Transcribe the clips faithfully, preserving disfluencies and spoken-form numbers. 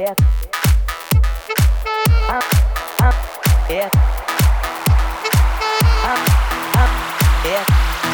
лет. А, а, лет. А, а, лет.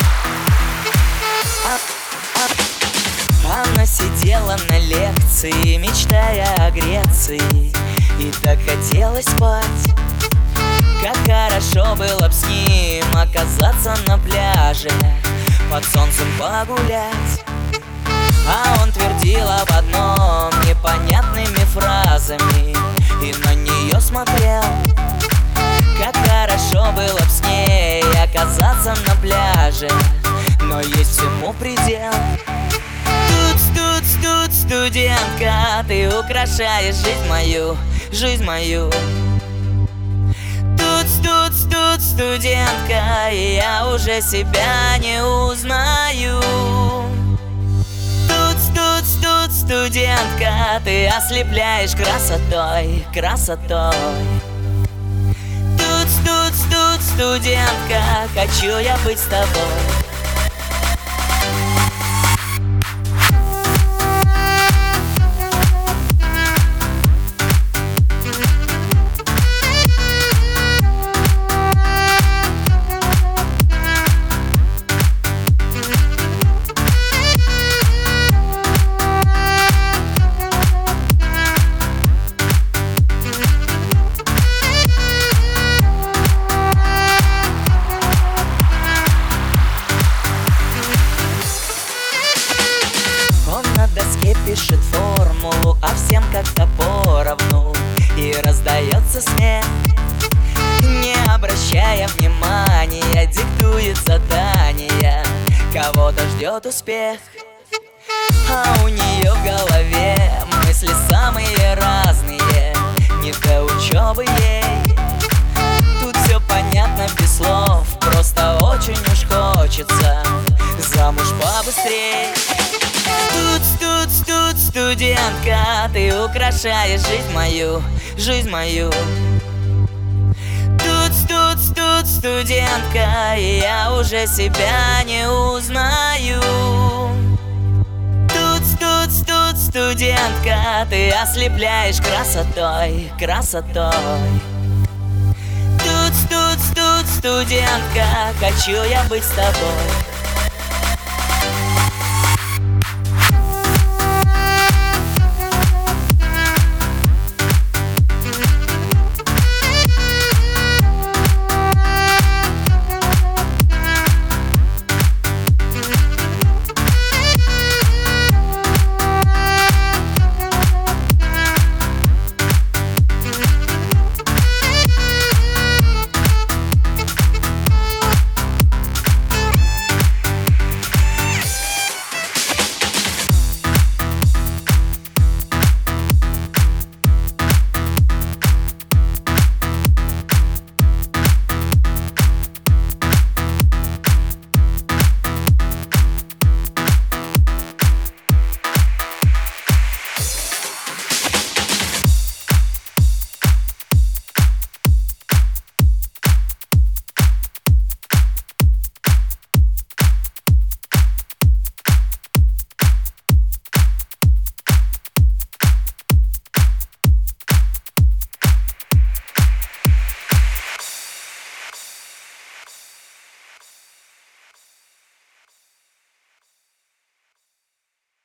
А, а. Она сидела на лекции, мечтая о Греции, и так хотелось спать. Как хорошо было б с ним оказаться на пляже, под солнцем погулять. А он твердил об одном непонятными фразами и на нее смотрел. Как хорошо было б с ней оказаться на пляже, но есть всему предел. Тут, тут, тут, студентка, ты украшаешь жизнь мою, жизнь мою. Тут, тут, тут, студентка, и я уже себя не узнаю. Тут, тут, тут, студентка, ты ослепляешь красотой, красотой. Тут, тут, тут, студентка, хочу я быть с тобой. Пишет формулу, а всем как-то поровну, и раздается смех. Не обращая внимания, диктует задания, кого-то ждет успех. А у нее в голове мысли самые разные, не до учебы ей. Тут все понятно без слов, просто очень уж хочется замуж побыстрей. Тут, тут, тут, студентка, ты украшаешь жизнь мою, жизнь мою. Тут, тут, тут, студентка, и я уже себя не узнаю. Тут, тут, тут, студентка, ты ослепляешь красотой, красотой. Тут, тут, тут, студентка, хочу я быть с тобой.